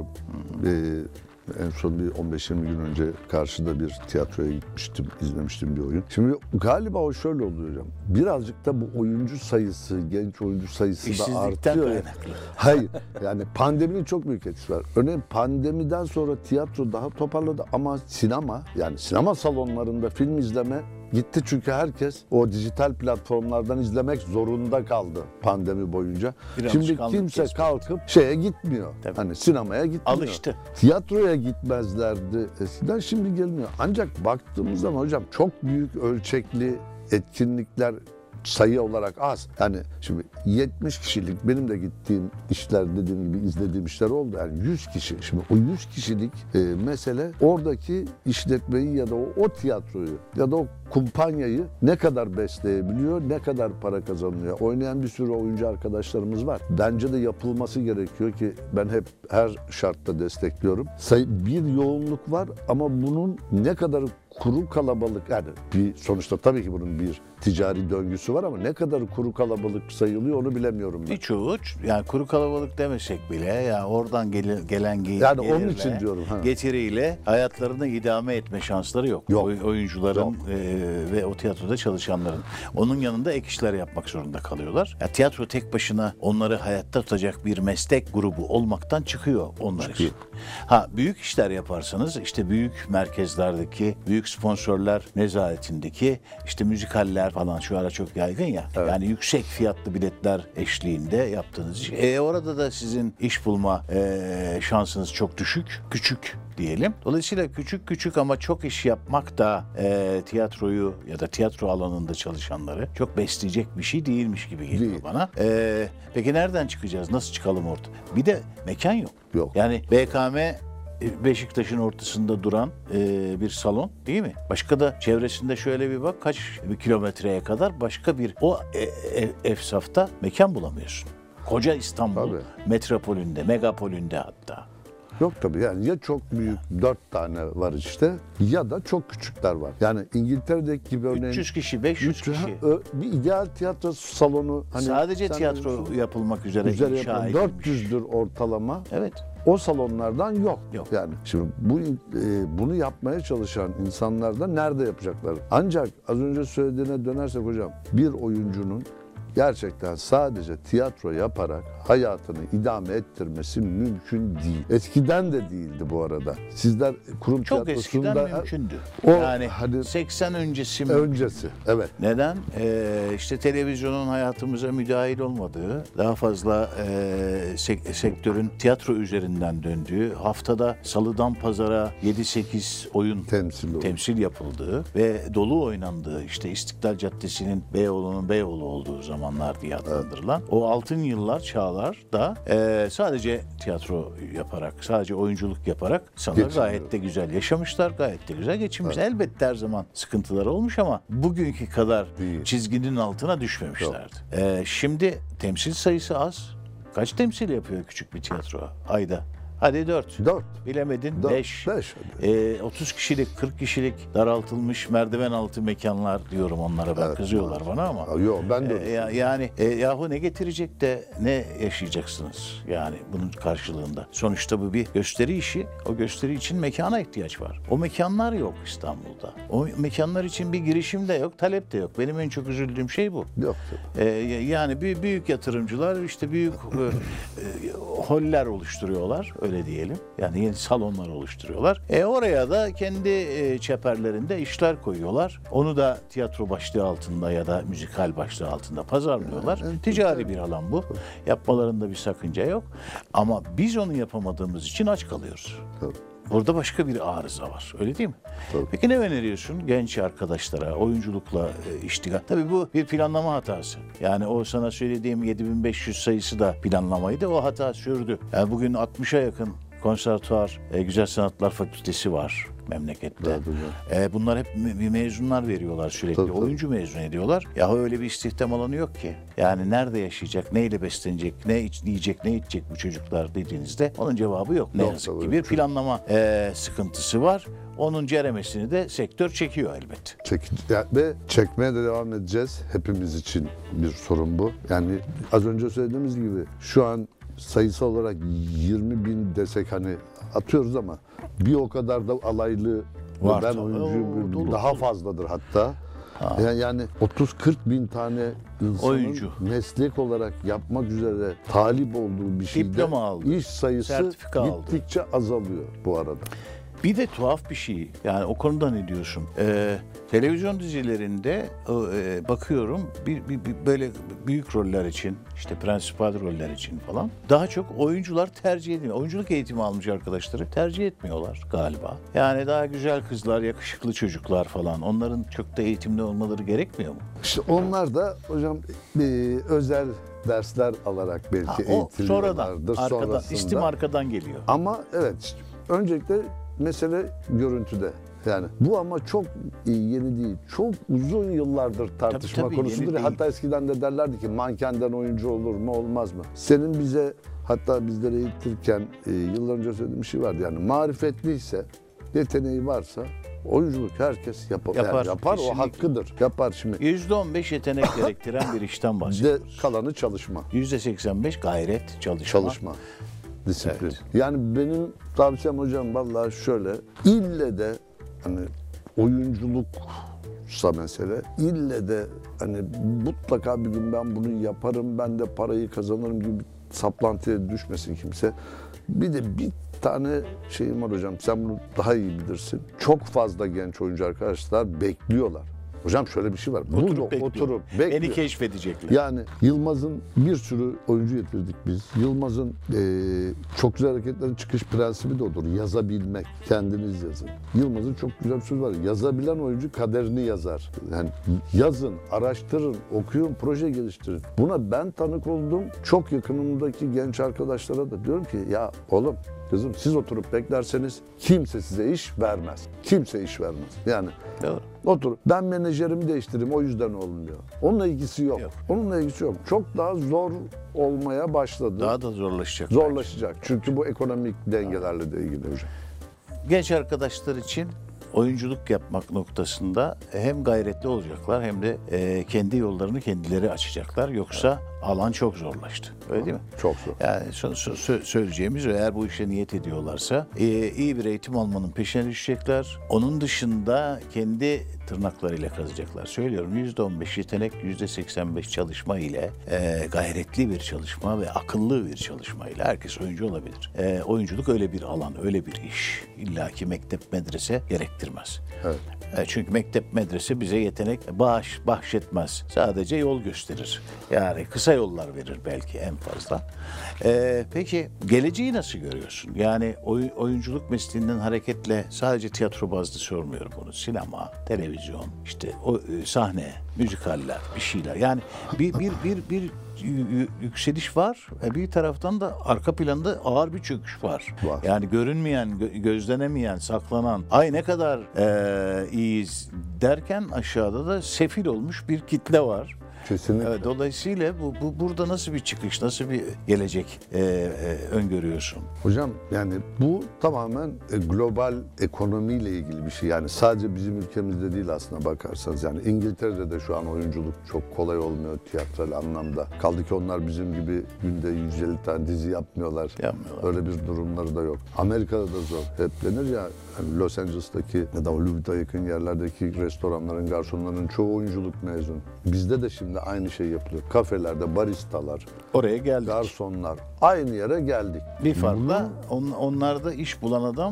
Ee, en son bir on beş yirmi gün önce karşıda bir tiyatroya gitmiştim, izlemiştim bir oyun. Şimdi galiba o şöyle oluyor hocam. Birazcık da bu oyuncu sayısı, genç oyuncu sayısı da İşsizlikten artıyor. kaynaklı. Hayır. Yani pandeminin çok büyük etkisi var. Örneğin pandemiden sonra tiyatro daha toparladı ama sinema, yani sinema salonlarında film izleme gitti, çünkü herkes o dijital platformlardan izlemek zorunda kaldı pandemi boyunca. Bir Şimdi alışkanlık kimse kesbeti. kalkıp şeye gitmiyor. Tabii. Hani sinemaya gitmiyor. Alıştı. Tiyatroya gitmezlerdi eskiden, şimdi gelmiyor. Ancak baktığımız zaman hocam çok büyük ölçekli etkinlikler sayı olarak az. Yani şimdi yetmiş kişilik, benim de gittiğim işler, dediğim gibi izlediğim işler oldu. Yani yüz kişi. Şimdi o yüz kişilik e, mesele oradaki işletmeyi ya da o, o tiyatroyu ya da o kumpanyayı ne kadar besleyebiliyor, ne kadar para kazanıyor. Oynayan bir sürü oyuncu arkadaşlarımız var. Bence de yapılması gerekiyor ki ben hep her şartta destekliyorum. Say, bir yoğunluk var ama bunun ne kadar kuru kalabalık, yani bir sonuçta tabii ki bunun bir ticari döngüsü var ama ne kadar kuru kalabalık sayılıyor onu bilemiyorum ben. Birçoğu, yani kuru kalabalık demesek bile, yani oradan gele, gelen ge- Yani gelirle, onun için diyorum, ha. getiriyle hayatlarını idame etme şansları yok. Yok. Oy- oyuncuların Yok. e, ve o tiyatroda çalışanların. Onun yanında ek işler yapmak zorunda kalıyorlar. Ya, tiyatro tek başına onları hayatta tutacak bir meslek grubu olmaktan çıkıyor onlar Çıkıyor. için. Ha, büyük işler yaparsanız işte büyük merkezlerdeki, büyük sponsorlar nezaretindeki işte müzikaller falan şu ara çok yaygın ya. Evet. Yani yüksek fiyatlı biletler eşliğinde yaptığınız iş. E, orada da sizin iş bulma e, şansınız çok düşük, küçük diyelim. Dolayısıyla küçük küçük ama çok iş yapmak da e, tiyatroyu ya da tiyatro alanında çalışanları çok besleyecek bir şey değilmiş gibi geliyor Değil. bana. E, peki nereden çıkacağız? Nasıl çıkalım orada? Bir de mekan yok. Yok. Yani B K M Beşiktaş'ın ortasında duran e, bir salon değil mi? Başka da çevresinde şöyle bir bak, kaç bir kilometreye kadar başka bir o e, e, efsafta mekan bulamıyorsun. Koca İstanbul Tabii. metropolünde, megapolünde hatta. Yok tabii, yani ya çok büyük dört tane var işte ya da çok küçükler var. Yani İngiltere'deki gibi örneğin üç yüz kişi, beş yüz üç yüz kişi. Ö- bir ideal tiyatro salonu hani Sadece sen tiyatro diyorsun, yapılmak üzere, üzere inşa yapılan edilmiş. dört yüzdür ortalama. Evet. O salonlardan yok. Yok. Yani şimdi bu e, bunu yapmaya çalışan insanlar da nerede yapacaklar? Ancak az önce söylediğine dönersek hocam, bir oyuncunun gerçekten sadece tiyatro yaparak hayatını idame ettirmesi mümkün değil. Eskiden de değildi bu arada. Sizler kurum Çok tiyatrosunda eskiden mümkündü. o yani hani- seksen öncesi mi? öncesi. Evet. Neden? Ee, işte televizyonun hayatımıza müdahil olmadığı, daha fazla e, sek- sektörün tiyatro üzerinden döndüğü, haftada salıdan pazara yedi sekiz oyun Temsil olur. temsil yapıldığı ve dolu oynandığı, işte İstiklal Caddesi'nin Beyoğlu'nun Beyoğlu olduğu zamanlar diye adlandırılan o altın yıllar, çağlar da e, sadece tiyatro yaparak, sadece oyunculuk yaparak insanlar Geçiniyor. gayet de güzel yaşamışlar, gayet de güzel geçinmişler. Elbette her zaman sıkıntılar olmuş ama bugünkü kadar Değil. çizginin altına düşmemişlerdi. E, şimdi temsil sayısı az. Kaç temsil yapıyor küçük bir tiyatro ayda? Hadi dört. Dört. Bilemedin Dört, beş. beş. E, otuz kişilik, kırk kişilik daraltılmış merdiven altı mekanlar diyorum onlara. Ben Evet, kızıyorlar bana ama. Aa, Yok ben de E, ya- yani e, yahu ne getirecek de ne yaşayacaksınız yani bunun karşılığında. Sonuçta bu bir gösteri işi. O gösteri için mekana ihtiyaç var. O mekanlar yok İstanbul'da. O mekanlar için bir girişim de yok, talep de yok. Benim en çok üzüldüğüm şey bu. yok. E, yani bir büyük yatırımcılar işte büyük e, e, holler oluşturuyorlar, öyle diyelim. Yani yeni salonlar oluşturuyorlar. E oraya da kendi e, çeperlerinde işler koyuyorlar. Onu da tiyatro başlığı altında ya da müzikal başlığı altında pazarlıyorlar. Evet, Ticari bir alan bu. Yapmalarında bir sakınca yok. Ama biz onu yapamadığımız için aç kalıyoruz. Tabii. Burada başka bir arıza var. Öyle değil mi? Tabii. Peki ne öneriyorsun genç arkadaşlara oyunculukla e, iştigal? Tabii bu bir planlama hatası. Yani o sana söylediğim yedi bin beş yüz sayısı da planlamaydı. O hata sürdü. Yani bugün altmışa yakın konservatuvar, e, Güzel Sanatlar Fakültesi var memlekette. Evet, E, bunlar hep me- mezunlar veriyorlar sürekli. Tabii, tabii. Oyuncu mezun ediyorlar. Ya öyle bir istihdam alanı yok ki. Yani nerede yaşayacak, neyle beslenecek, ne iç, yiyecek, ne içecek bu çocuklar dediğinizde onun cevabı yok. Ne Yok, yazık tabii. ki bir planlama e, sıkıntısı var. Onun ceremesini de sektör çekiyor elbette. Çek, ya, ve çekmeye de devam edeceğiz. Hepimiz için bir sorun bu. Yani az önce söylediğimiz gibi şu an sayısal olarak yirmi bin desek hani atıyoruz ama bir o kadar da alaylı Var ben tabii. oyuncu Oo, dolu, daha dolu. fazladır hatta. Yani, yani otuz kırk bin tane insanın Oyuncu. meslek olarak yapmak üzere talip olduğu bir şeyde Diploma aldı. iş sayısı Sertifika aldı. gittikçe azalıyor bu arada. Bir de tuhaf bir şey. Yani o konuda ne diyorsun? Ee, televizyon dizilerinde e, bakıyorum bir, bir, bir böyle büyük roller için, işte prensipal roller için falan daha çok oyuncular tercih edilmiyor. Oyunculuk eğitimi almış arkadaşları tercih etmiyorlar galiba. Yani daha güzel kızlar, yakışıklı çocuklar falan. Onların çok da eğitimli olmaları gerekmiyor mu? İşte onlar da hocam e, özel dersler alarak belki Ha, o sonradan, eğitiliyorlardır arkadan, sonrasında. istim arkadan geliyor. Ama evet, öncelikle mesele görüntüde. Yani bu ama çok yeni değil. Çok uzun yıllardır tartışma Tabii, tabii, konusudur. yeni değil. Hatta eskiden de derlerdi ki mankenden oyuncu olur mu olmaz mı? Senin bize hatta bizlere eğitirken e, yıllar önce söylediğim bir şey vardı. Yani marifetliyse, yeteneği varsa oyunculuk herkes yapar. Yapar, Yani yapar o kesinlikle. hakkıdır. Yapar şimdi. yüzde on beş yetenek gerektiren bir işten Bir de bahsediyoruz. kalanı çalışma. yüzde seksen beş gayret, çalışma. Çalışma. Disiplin. Evet. Yani benim tavsiyem hocam vallahi şöyle. İlle de hani oyunculuksa mesele, ille de hani mutlaka bir gün ben bunu yaparım, ben de parayı kazanırım gibi bir saplantıya düşmesin kimse. Bir de bir tane şeyim var hocam, sen bunu daha iyi bilirsin. Çok fazla genç oyuncu arkadaşlar bekliyorlar. Hocam şöyle bir şey var. Burada Oturup bekliyor. oturup Beni bekliyor. keşfedecekler. Yani Yılmaz'ın bir sürü oyuncu getirdik biz. Yılmaz'ın eee, çok güzel hareketlerin çıkış prensibi de odur. Yazabilmek. Kendiniz yazın. Yılmaz'ın çok güzel bir sözü var. Yazabilen oyuncu kaderini yazar. Yani yazın, araştırın, okuyun, proje geliştirin. Buna ben tanık oldum. Çok yakınımdaki genç arkadaşlara da diyorum ki ya oğlum, kızım siz oturup beklerseniz kimse size iş vermez. Kimse iş vermez. Yani Doğru. otur. Ben menajerimi değiştireyim o yüzden olmuyor. Onunla ilgisi yok. Yok. Onunla ilgisi yok. Çok daha zor olmaya başladı. Daha da zorlaşacak. Zorlaşacak. Çünkü bu ekonomik dengelerle de ilgili hocam. Genç arkadaşlar için oyunculuk yapmak noktasında hem gayretli olacaklar hem de e, kendi yollarını kendileri açacaklar. Yoksa alan çok zorlaştı. Öyle değil mi? Çok zor. Yani sö- sö- söyleyeceğimiz o, eğer bu işe niyet ediyorlarsa e, iyi bir eğitim almanın peşine düşecekler. Onun dışında kendi tırnaklarıyla kazacaklar. Söylüyorum yüzde on beş yetenek, yüzde seksen beş çalışma ile e, gayretli bir çalışma ve akıllı bir çalışma ile herkes oyuncu olabilir. E, oyunculuk öyle bir alan, öyle bir iş. İlla ki mektep, medrese gerektirmez. Evet. E, Çünkü mektep, medrese bize yetenek bağış, bahşetmez. Sadece yol gösterir. Yani kısa yollar verir belki en fazla. E, peki geleceği nasıl görüyorsun? Yani oy- oyunculuk mesleğinden hareketle sadece tiyatro bazlı sormuyorum bunu. Sinema, televizyon, işte o e, sahne, müzikaller, bir şeyler. Yani bir bir bir bir y- y- yükseliş var. E, Bir taraftan da arka planda ağır bir çöküş var. Var. Yani görünmeyen, gö- gözlenemeyen, saklanan, ay ne kadar e, iyiyiz derken aşağıda da sefil olmuş bir kitle var. Kesinlikle. Evet, dolayısıyla bu, bu burada nasıl bir çıkış, nasıl bir gelecek e, e, öngörüyorsun? Hocam yani bu tamamen e, global ekonomiyle ilgili bir şey. Yani sadece bizim ülkemizde değil aslına bakarsanız. Yani İngiltere'de de şu an oyunculuk çok kolay olmuyor tiyatral anlamda. Kaldı ki onlar bizim gibi günde yüz elli tane dizi yapmıyorlar. Yapmıyorlar. Öyle bir durumları da yok. Amerika'da da zor. Hep denir ya Yani Los Angeles'taki ya da Hollywood'a yakın yerlerdeki restoranların, garsonların çoğu oyunculuk mezunu. Bizde de şimdi aynı şey yapılıyor. Kafelerde baristalar, Oraya geldik. garsonlar aynı yere geldik. Bir farkla on, onlarda iş bulan adam,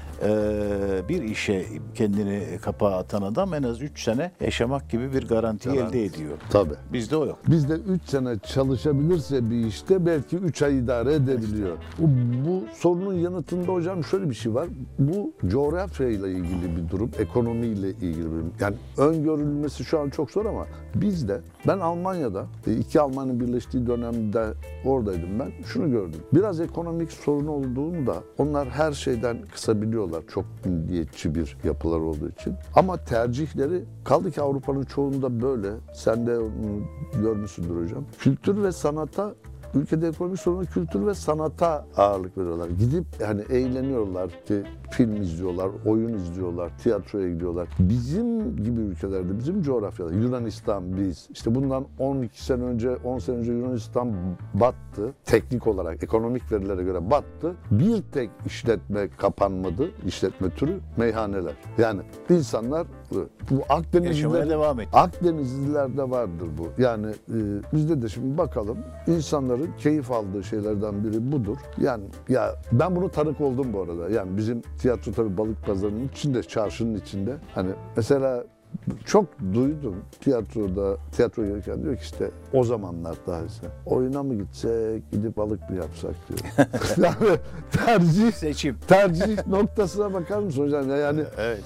e, bir işe kendini kapağa atan adam en az üç sene yaşamak gibi bir garantiyi Garanti. elde ediyor. Tabii. Bizde o yok. Bizde üç sene çalışabilirse bir işte belki üç ay idare edebiliyor. Bu, bu sorunun yanıtında hocam şöyle bir şey var. Bu coğrafyayla ilgili bir durum, ekonomiyle ilgili bir durum. Yani öngörülmesi şu an çok zor ama bizde, ben Almanya'da, iki Almanya'nın birleştiği dönemde oradaydım ben. Şunu gördüm. Biraz ekonomik sorun olduğunda onlar her şeyden kısabiliyorlar. Çok milliyetçi bir yapılar olduğu için. Ama tercihleri kaldı ki Avrupa'nın çoğunda böyle. Sen de onu görmüşsündür hocam. Kültür ve sanata, ülkede ekonomik sorunu kültür ve sanata ağırlık veriyorlar. Gidip yani eğleniyorlar ki film izliyorlar, oyun izliyorlar, tiyatroya gidiyorlar. Bizim gibi ülkelerde, bizim coğrafyada, Yunanistan biz, işte bundan on iki sene önce, on sene önce Yunanistan battı. Teknik olarak, ekonomik verilere göre battı. Bir tek işletme kapanmadı, işletme türü meyhaneler. Yani insanlar, bu Akdenizliler, devam et. Akdenizlilerde vardır bu. Yani e, bizde de şimdi bakalım, insanların keyif aldığı şeylerden biri budur. Yani ya ben bunu tanık oldum bu arada. Yani bizim tiyatro tabii balık pazarının içinde, çarşının içinde. Hani mesela çok duydum tiyatroda, tiyatro gelirken diyor ki işte o zamanlar daha ise oyuna mı gitsek, gidip balık mı yapsak diyor. Yani tercih, Seçim. tercih noktasına bakar mısın hocam? Yani Evet.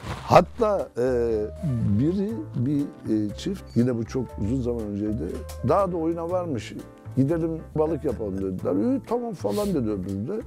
hatta e, biri, bir e, çift, yine bu çok uzun zaman önceydi, daha da oyuna varmış. Gidelim balık yapalım dediler. İyi tamam falan dedi öbürü de.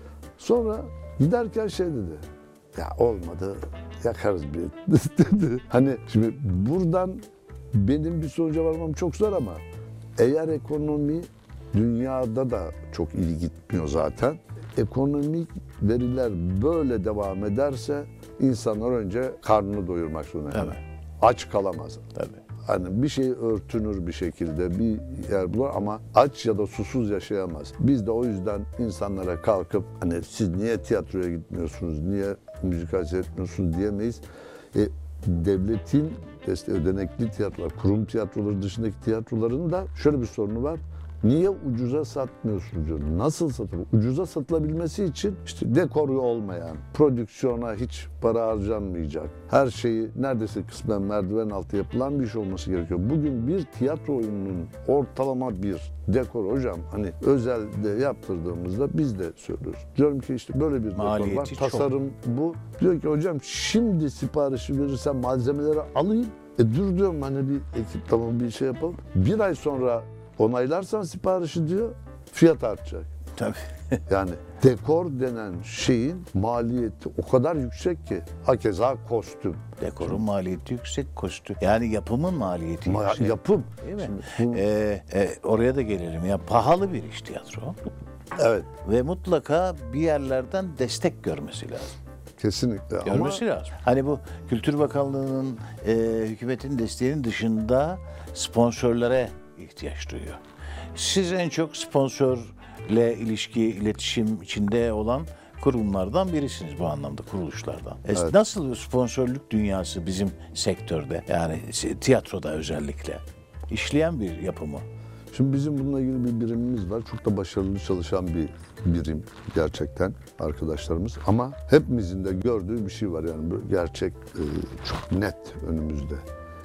Sonra giderken şey dedi. Ya olmadı, yakarız bir dedi. Hani şimdi buradan benim bir sonuca varmam çok zor ama eğer ekonomi dünyada da çok iyi gitmiyor zaten. Ekonomik veriler böyle devam ederse insanlar önce karnını doyurmak zorunda. Evet. Aç kalamaz. Tabii. Hani bir şey örtünür bir şekilde, bir yer bulur ama aç ya da susuz yaşayamaz. Biz de o yüzden insanlara kalkıp hani siz niye tiyatroya gitmiyorsunuz, niye müzikal seyretmiyorsunuz diyemeyiz. E, devletin işte ödenekli tiyatrolar, kurum tiyatroları dışındaki tiyatroların da şöyle bir sorunu var. Niye ucuza satmıyorsunuz diyor. Nasıl satılır? Ucuza satılabilmesi için işte dekoru olmayan, prodüksiyona hiç para harcanmayacak, her şeyi neredeyse kısmen merdiven altı yapılan bir iş olması gerekiyor. Bugün bir tiyatro oyununun ortalama bir dekor hocam hani özelde yaptırdığımızda biz de söylüyoruz. Diyorum ki işte böyle bir Maliyeti dekor var, çok. tasarım bu. Diyor ki hocam şimdi siparişi verirsen malzemeleri alayım. E dur diyorum hani bir ekip tamam bir şey yapalım. Bir ay sonra onaylarsan siparişi diyor, fiyat artacak. Tabii. Yani dekor denen şeyin maliyeti o kadar yüksek ki. Hakeza kostüm. Dekorun maliyeti yüksek, kostüm. Yani yapımın maliyeti Ma- yüksek. yapım. Değil mi? Şimdi bu- Ee, e, oraya da gelelim. Ya pahalı bir iş tiyatro. Evet, Ve mutlaka bir yerlerden destek görmesi lazım. kesinlikle. Görmesi lazım. Hani bu Kültür Bakanlığı'nın, e, hükümetin desteğinin dışında sponsorlara ihtiyaç duyuyor. Siz en çok sponsorla ilişki, iletişim içinde olan kurumlardan birisiniz bu anlamda, kuruluşlardan. E, Evet. Nasıl bir sponsorluk dünyası bizim sektörde, yani tiyatroda özellikle işleyen bir yapı mı? Şimdi bizim bununla ilgili bir birimimiz var. Çok da başarılı çalışan bir birim gerçekten arkadaşlarımız. Ama hepimizin de gördüğü bir şey var yani böyle gerçek e, çok net önümüzde.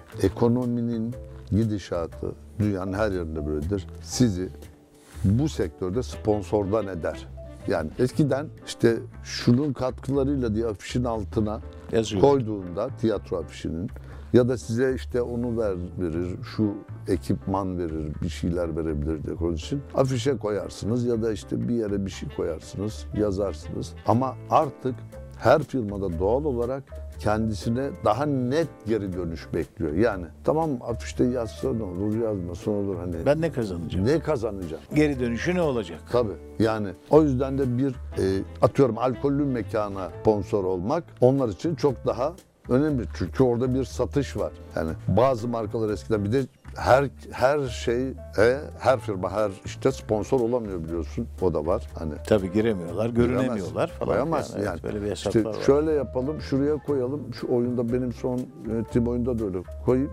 Ekonominin gidişatı dünyanın her yerinde böyledir. Sizi bu sektörde sponsordan eder. Yani eskiden işte şunun katkılarıyla diye afişin altına Yazıyor. koyduğunda tiyatro afişinin ya da size işte onu ver, verir, şu ekipman verir, bir şeyler verebilir dekor için. Afişe koyarsınız ya da işte bir yere bir şey koyarsınız, yazarsınız. Ama artık her firmada doğal olarak kendisine daha net geri dönüş bekliyor. Yani tamam afişte yazsa ne olur, yazmasa ne olur hani. Ben ne kazanacağım? Ne kazanacağım? Geri dönüşü ne olacak? Tabii yani o yüzden de bir e, atıyorum alkollü mekana sponsor olmak onlar için çok daha önemli. Çünkü orada bir satış var. Yani bazı markalar eskiden bir de her her şey e, her firma her işte sponsor olamıyor biliyorsun. O da var. Hani Tabii giremiyorlar, görünemiyorlar falan. Koyamaz yani. yani. Evet, böyle bir hesaplar işte var. şöyle yapalım, şuraya koyalım. Şu oyunda benim son yönettiğim oyunda da öyle koyayım.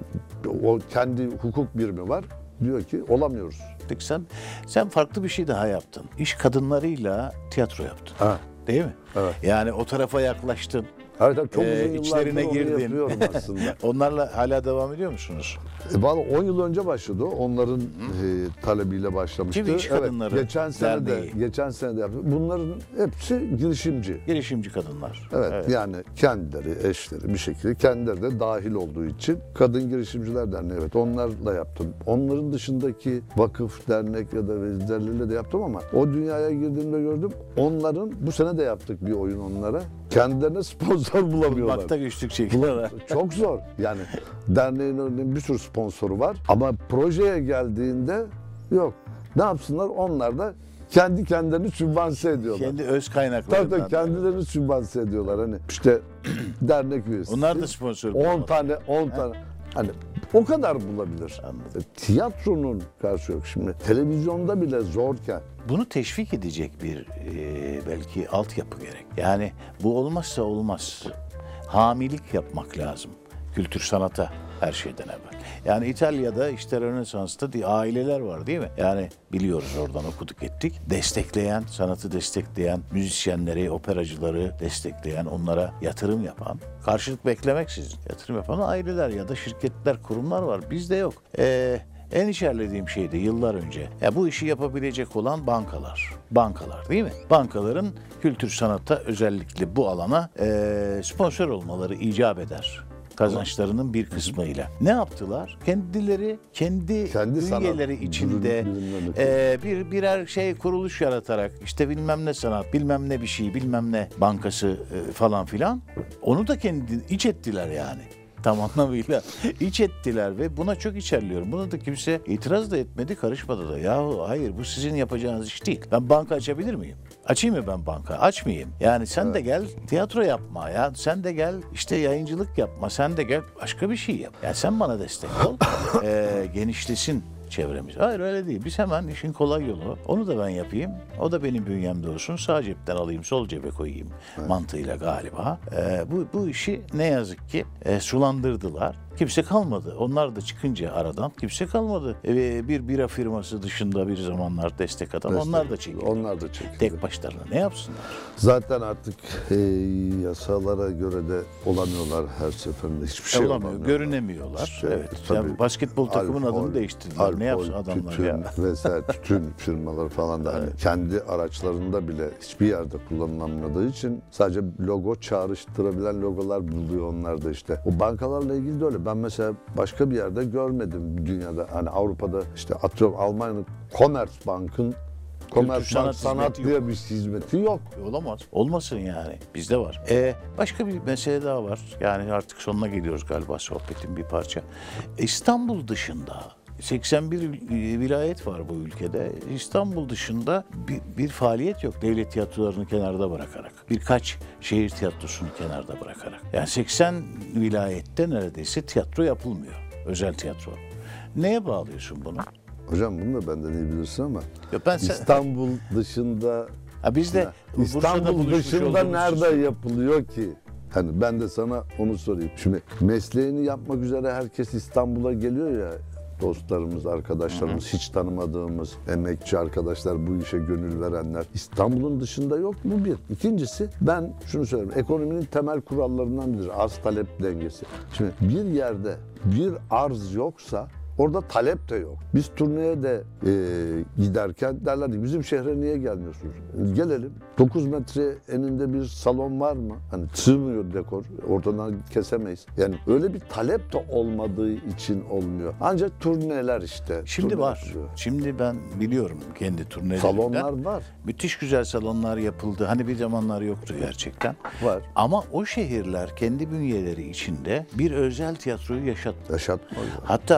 O kendi hukuk birimi var. Diyor ki olamıyoruz. Sen sen farklı bir şey daha yaptın. İş kadınlarıyla tiyatro yaptın. Ha. Değil mi? Evet. Yani o tarafa yaklaştın. Evet, çok uzun Ee, yıllardır içlerine onu girdin. yapıyorum aslında. Onlarla hala devam ediyor musunuz? E, Vallahi on yıl önce başladı. Onların e, talebiyle başlamıştı. Gibi iş kadınları geçen sene de derneği. geçen sene de yaptı. Bunların hepsi girişimci. Girişimci kadınlar. Evet, yani kendileri, eşleri bir şekilde kendileri de dahil olduğu için Kadın Girişimciler Derneği, evet, onlarla yaptım. Onların dışındaki vakıf, dernek ya da vezirlerle de yaptım ama o dünyaya girdiğimde gördüm. Onların bu sene de yaptık bir oyun onlara. Kendilerine sponsor bulamıyorlar. Bulmakta güçlük çekiyorlar. Çok zor. Yani derneğin örneğin bir sürü sponsoru var ama projeye geldiğinde yok. Ne yapsınlar? Onlar da kendi kendilerini sübvanse ediyorlar. Kendi öz Tabii kaynaklarından. tabii kendilerini sübvanse ediyorlar. Hani işte dernek üyesi. Onlar da sponsor on bulamadı. tane on tane. Hani o kadar bulabilir. Anladım. Tiyatronun karşı yok. Şimdi televizyonda bile zorken Bunu teşvik edecek bir e, belki altyapı gerek. Yani bu olmazsa olmaz. Hamilik yapmak lazım. Kültür sanata her şeyden evvel. Yani İtalya'da işte Rönesans'ta di- aileler var değil mi? Yani biliyoruz, oradan okuduk ettik. Destekleyen, sanatı destekleyen, müzisyenleri, operacıları destekleyen, onlara yatırım yapan, karşılık beklemeksizin yatırım yapan aileler ya da şirketler, kurumlar var. Bizde yok. Eee En içerlediğim şeydi yıllar önce. Ya bu işi yapabilecek olan bankalar. Bankalar değil mi? Bankaların kültür sanatta özellikle bu alana e, sponsor olmaları icap eder. Kazançlarının bir kısmıyla. Ne yaptılar? Kendileri kendi, Kendi sanat üyeleri içinde birimlerini e, bir birer şey kuruluş yaratarak işte bilmem ne sanat, bilmem ne bir şey, bilmem ne bankası e, falan filan, onu da kendi iç ettiler yani. Tam anlamıyla iç ettiler ve buna çok içerliyorum. Buna da kimse itiraz da etmedi, karışmadı da. Yahu hayır, bu sizin yapacağınız iş değil. Ben banka açabilir miyim? Açayım mı ben banka? Açmayayım. Yani sen evet. de gel tiyatro yapma ya. Sen de gel işte yayıncılık yapma. Sen de gel başka bir şey yap. Yani sen bana destek ol. ee, genişlesin çevremiz. Hayır öyle değil. Biz hemen işin kolay yolu. Onu da ben yapayım. O da benim bünyemde olsun. Sağ cepten alayım, sol cebe koyayım evet. mantığıyla galiba. Ee, bu, bu işi ne yazık ki e, sulandırdılar. Kimse kalmadı. Onlar da çıkınca aradan kimse kalmadı. Ee, bir bira firması dışında bir zamanlar destek atan destek, onlar da çekildi. Onlar da çekildi. Tek başlarına ne yapsınlar? Zaten artık e, yasalara göre de olamıyorlar her seferinde. Hiçbir şey olamıyor. olamıyorlar. Görünemiyorlar. İşte, evet. tabii, Yani basketbol takımın alkol, adını değiştirdiler. Alkol, ne yapsın adamlar tütün ya? vesaire tütün firmaları falan da hani evet. kendi araçlarında bile hiçbir yerde kullanılamadığı için sadece logo çağrıştırabilen logolar buluyor onlar da işte. O bankalarla ilgili de öyle. Ben mesela başka bir yerde görmedim dünyada. Hani Avrupa'da işte atıyorum Almanya'nın Commerzbank'ın Commerzbank sanat, sanat diye yok. Bir hizmeti yok. Olamaz. Olmasın yani. Bizde var. Ee, başka bir mesele daha var. Yani artık sonuna geliyoruz galiba sohbetin bir parça. İstanbul dışında seksen bir vilayet var bu ülkede. İstanbul dışında bir, bir faaliyet yok. Devlet tiyatrolarını kenarda bırakarak. Birkaç şehir tiyatrosunu kenarda bırakarak. Yani seksen vilayette neredeyse tiyatro yapılmıyor. Özel tiyatro. Neye bağlıyorsun bunu? Hocam bunu da benden iyi bilirsin ama ya ben sen... İstanbul dışında ha biz de İstanbul dışında nerede için. yapılıyor ki? Hani ben de sana onu sorayım. Şimdi mesleğini yapmak üzere herkes İstanbul'a geliyor ya. Dostlarımız, arkadaşlarımız, hı hı. hiç tanımadığımız emekçi arkadaşlar, bu işe gönül verenler. İstanbul'un dışında yok mu bir? İkincisi ben şunu söyleyeyim. Ekonominin temel kurallarından biridir. Arz talep dengesi. Şimdi bir yerde bir arz yoksa orada talep de yok. Biz turneye de e, giderken derlerdi bizim şehre niye gelmiyorsunuz? Gelelim. dokuz metre eninde bir salon var mı? Hani sığmıyor dekor. Ortadan kesemeyiz. Yani öyle bir talep de olmadığı için olmuyor. Ancak turneler işte. Şimdi turne var. yapılıyor. Şimdi ben biliyorum kendi turnelerimden. Salonlar var. Müthiş güzel salonlar yapıldı. Hani bir zamanlar yoktu gerçekten. Var. Ama o şehirler kendi bünyeleri içinde bir özel tiyatroyu yaşattı. Yaşatmıyor. Hatta büyük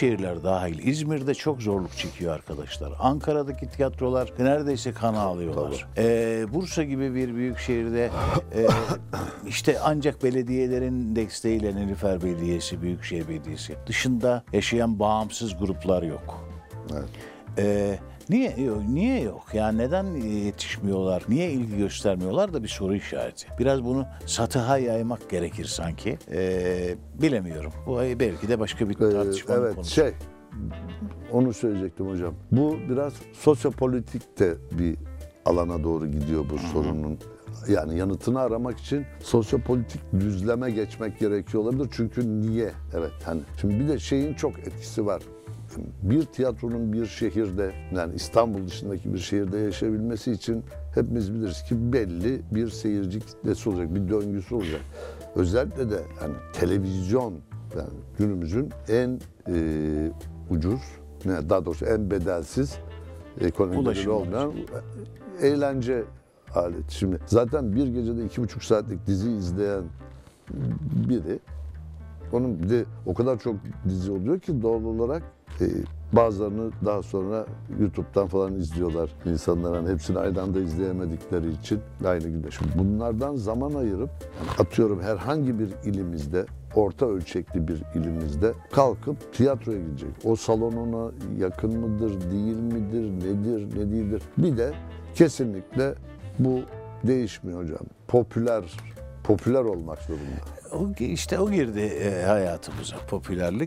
şehirler dahil İzmir'de çok zorluk çekiyor arkadaşlar. Ankara'daki tiyatrolar neredeyse kan ağlıyorlar. Ee, Bursa gibi bir büyük şehirde e, işte ancak belediyelerin desteğiyle Nilüfer Belediyesi, Büyükşehir Belediyesi dışında yaşayan bağımsız gruplar yok. Evet. Ee, niye niye yok? Yani neden yetişmiyorlar? Niye ilgi göstermiyorlar da bir soru işareti. Biraz bunu satıha yaymak gerekir sanki. Ee, bilemiyorum. Bu belki de başka bir tartışmanın Ee, evet, konusu. şey, onu söyleyecektim hocam. Bu biraz sosyopolitik de bir alana doğru gidiyor bu sorunun. Yani yanıtını aramak için sosyopolitik düzleme geçmek gerekiyor olabilir. Çünkü niye? Evet, hani şimdi bir de şeyin çok etkisi var. Bir tiyatronun bir şehirde, yani İstanbul dışındaki bir şehirde yaşayabilmesi için hepimiz biliriz ki belli bir seyirci kitlesi olacak, bir döngüsü olacak. Özellikle de yani televizyon, yani günümüzün en e, ucuz, ne daha doğrusu en bedelsiz, ekonomik bedeli olmayan eğlence aleti. Şimdi zaten bir gecede iki buçuk saatlik dizi izleyen biri, onun bir de o kadar çok dizi oluyor ki doğal olarak e, bazılarını daha sonra YouTube'dan falan izliyorlar. İnsanların hepsini aynı anda izleyemedikleri için aynı günde. Şimdi bunlardan zaman ayırıp, yani atıyorum herhangi bir ilimizde, orta ölçekli bir ilimizde kalkıp tiyatroya gidecek. O salon ona yakın mıdır, değil midir, nedir, ne değildir. Bir de kesinlikle bu değişmiyor hocam. Popüler, popüler olmak zorunda. O, işte o girdi e, hayatımıza, popülerlik.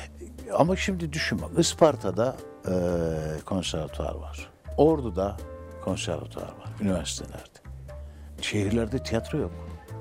Ama şimdi düşün bak, Isparta'da e, konservatuvar var. Ordu'da konservatuvar var, üniversitelerde. Şehirlerde tiyatro yok.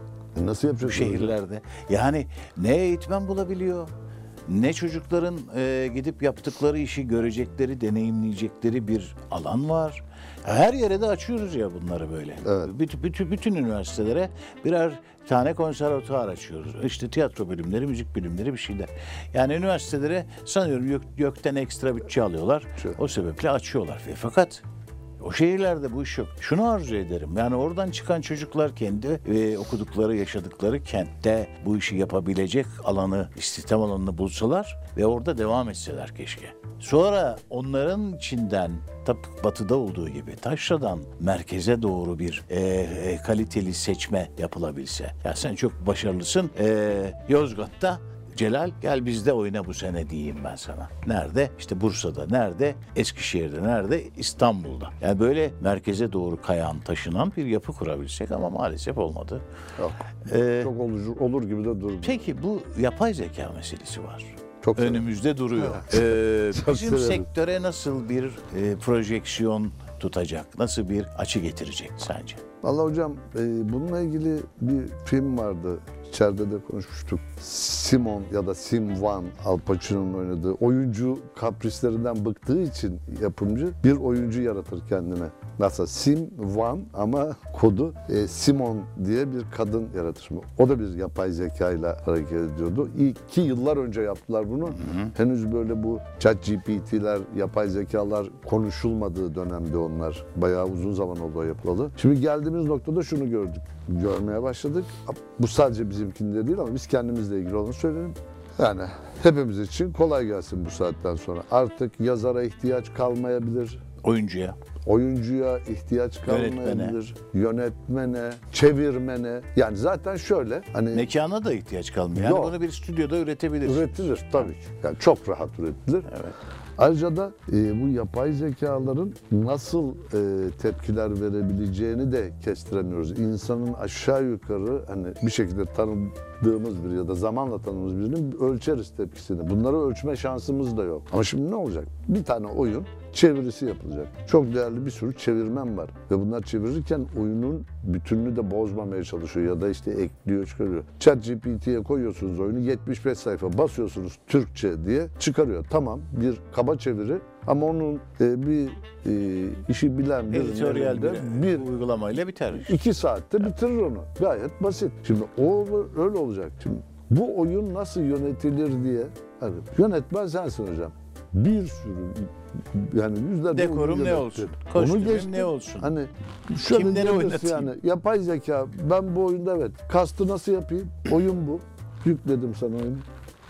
E nasıl yapacak? Bu şehirlerde. Yani ne eğitmen bulabiliyor, ne çocukların e, gidip yaptıkları işi görecekleri, deneyimleyecekleri bir alan var. Her yere de açıyoruz ya bunları böyle. Evet. Bütün, bütün, bütün üniversitelere birer tane konservatuvar açıyoruz. İşte tiyatro bölümleri, müzik bölümleri, bir şeyler. Yani üniversitelere sanıyorum gök, gökten ekstra bütçe alıyorlar. Şey. O sebeple açıyorlar. Ve fakat o şehirlerde bu iş yok. Şunu arzu ederim. Yani oradan çıkan çocuklar kendi e, okudukları, yaşadıkları kentte bu işi yapabilecek alanı, istihdam alanını bulsalar ve orada devam etseler keşke. Sonra onların içinden tıpkı batıda olduğu gibi taşradan merkeze doğru bir e, e, kaliteli seçme yapılabilse. Ya sen çok başarılısın. E, Yozgat'ta Celal gel bizde oyna bu sene diyeyim ben sana. Nerede? İşte Bursa'da. Nerede? Eskişehir'de. Nerede? İstanbul'da. Yani böyle merkeze doğru kayan, taşınan bir yapı kurabilsek ama maalesef olmadı. Yok. Ee, Çok olur, olur gibi de durdu. Peki bu yapay zeka meselesi var. Çok önümüzde duruyor. Ee, Çok bizim severim. sektöre nasıl bir e, projeksiyon tutacak? Nasıl bir açı getirecek sence? Vallahi hocam e, bununla ilgili bir film vardı. İçeride de konuşmuştuk. Simon ya da Sim Van, Al Pacino'nun oynadığı oyuncu kaprislerinden bıktığı için yapımcı bir oyuncu yaratır kendine. Nasıl Sim Van ama kodu e, Simon diye bir kadın yaratır. O da bir yapay zeka ile hareket ediyordu. İki yıllar önce yaptılar bunu. Hı hı. Henüz böyle bu ChatGPT'ler, yapay zekalar konuşulmadığı dönemde onlar. Bayağı uzun zaman oldu o yapılalı. Şimdi geldiğimiz noktada şunu gördük. Görmeye başladık. Bu sadece bizimkinde değil ama biz kendimizle ilgili olduğunu söyleyelim. Yani hepimiz için kolay gelsin bu saatten sonra. Artık yazara ihtiyaç kalmayabilir. Oyuncuya. Oyuncuya ihtiyaç kalmayabilir. Yönetmene. Yönetmene, çevirmene. Yani zaten şöyle hani mekana da ihtiyaç kalmıyor. Yani Yok. bunu bir stüdyoda üretebiliriz. Üretilir tabii ki. Yani çok rahat üretilir. Evet. Ayrıca da e, bu yapay zekaların nasıl e, tepkiler verebileceğini de kestiremiyoruz. İnsanın aşağı yukarı hani bir şekilde tanıdığımız biri ya da zamanla tanıdığımız birinin ölçeriz tepkisini. Bunları ölçme şansımız da yok. Ama şimdi ne olacak? Bir tane oyun çevirisi yapılacak. Çok değerli bir sürü çevirmen var. Ve bunlar çevirirken oyunun bütününü de bozmamaya çalışıyor ya da işte ekliyor, çıkarıyor. ChatGPT'ye koyuyorsunuz oyunu, yetmiş beş sayfa basıyorsunuz Türkçe diye çıkarıyor. Tamam, bir kaba çeviri ama onun e, bir e, işi bilen bir editoryal bir, bir uygulamayla biter. iki saatte bitirir onu. Gayet basit. Şimdi o öyle olacak. Şimdi bu oyun nasıl yönetilir diye hani yönetmen sensin hocam. Bir sürü yani yüzlerce dekorum ne olsun? Kostümüm ne olsun? Hani şöyle kimleri oynatayım? Yani yapay zeka ben bu oyunda evet kastı nasıl yapayım? Oyun bu. Yükledim sana oyunu.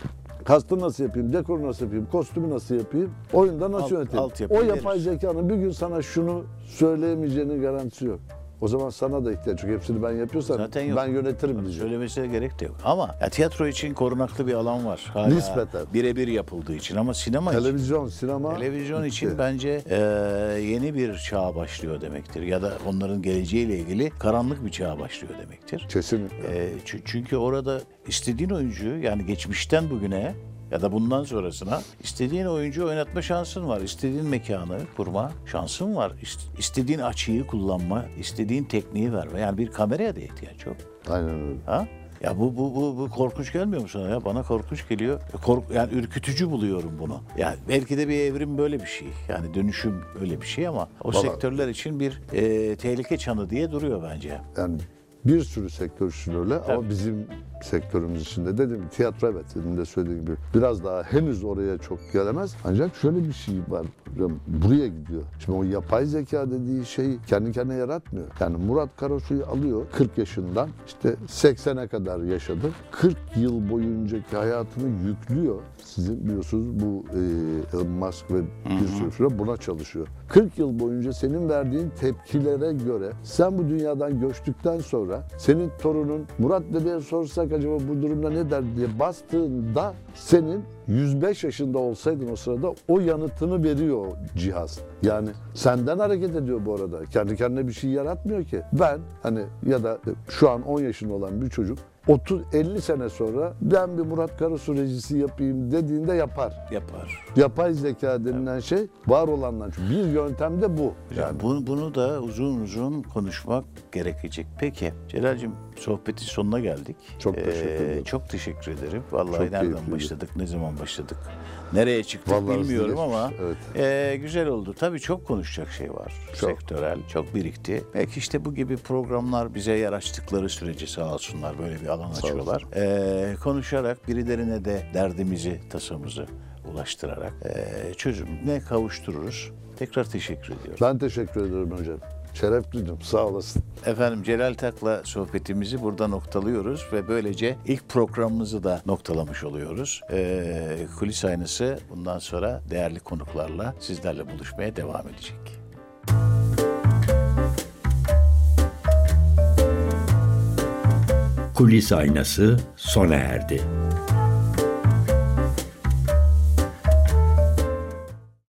Kastı nasıl yapayım, dekoru nasıl yapayım, kostümü nasıl yapayım, oyunda nasıl Alt- yöneteyim. altyapıyı O yapay veririz. zekanın bir gün sana şunu söyleyemeyeceğinin garantisi yok. O zaman sana da ihtiyaç yok. Hepsini ben yapıyorsam Zaten yok. ben yönetirim diyeceğim. Söylemesine gerek de yok. Ama ya, tiyatro için korunaklı bir alan var. Hala Nispeten. birebir yapıldığı için ama sinema için. Televizyon, sinema... Televizyon için bitti. bence e, yeni bir çağ başlıyor demektir. Ya da onların geleceğiyle ilgili karanlık bir çağ başlıyor demektir. Kesinlikle. E, çü- çünkü orada istediğin oyuncuyu, yani geçmişten bugüne ya da bundan sonrasına istediğin oyuncuyu oynatma şansın var. İstediğin mekanı kurma şansın var. İst- İstediğin açıyı kullanma, istediğin tekniği verme. Yani bir kameraya da ihtiyaç yok. Aynen öyle. Ha? Ya bu bu bu bu korkunç gelmiyor mu sana ya? Bana korkunç geliyor. Kork yani ürkütücü buluyorum bunu. Yani belki de bir evrim böyle bir şey. Yani dönüşüm öyle bir şey ama o Vallahi- sektörler için bir e, tehlike çanı diye duruyor bence. Yani bir sürü sektör için öyle ama bizim sektörümüz için de dedim tiyatro, evet dedim de söylediğim gibi biraz daha henüz oraya çok gelemez. Ancak şöyle bir şey var, buraya gidiyor. Şimdi o yapay zeka dediği şeyi kendi kendine yaratmıyor. Yani Murat Karasu'yu alıyor kırk yaşından işte seksene kadar yaşadı. kırk yıl boyuncaki hayatını yüklüyor. Sizin biliyorsunuz bu e, Elon Musk ve bir sürü firma buna çalışıyor. kırk yıl boyunca senin verdiğin tepkilere göre sen bu dünyadan göçtükten sonra senin torunun Murat dedeye sorsak acaba bu durumda ne der diye bastığında senin yüz beş yaşında olsaydın o sırada o yanıtını veriyor o cihaz. Yani senden hareket ediyor bu arada. Kendi kendine bir şey yaratmıyor ki. Ben hani ya da şu an on yaşında olan bir çocuk otuz elli sene sonra ben bir Murat Karasu rejisi yapayım dediğinde yapar. Yapar. Yapay zeka denilen şey var olandan. Bir yöntem de bu. Yani bunu, bunu da uzun uzun konuşmak gerekecek. Peki Celal'cim, sohbetin sonuna geldik. Çok teşekkür ederim. Çok teşekkür ederim. Vallahi Çok nereden keyifliydi. başladık, ne zaman başladık, nereye çıktık Vallahi bilmiyorum hızlı ama geçmiş, e, güzel oldu. Tabii çok konuşacak şey var. Çok. Sektörel, çok birikti. Belki işte bu gibi programlar bize yer açtıkları sürece sağ olsunlar böyle bir alan Sağ açıyorlar. E, konuşarak birilerine de derdimizi, tasamızı ulaştırarak e, çözümüne kavuştururuz. Tekrar teşekkür ediyorum. Ben teşekkür ederim hocam. Şeref duydum. Sağ olasın. Efendim, Celal Tak'la sohbetimizi burada noktalıyoruz ve böylece ilk programımızı da noktalamış oluyoruz. Ee, Kulis Aynası bundan sonra değerli konuklarla sizlerle buluşmaya devam edecek. Kulis Aynası sona erdi.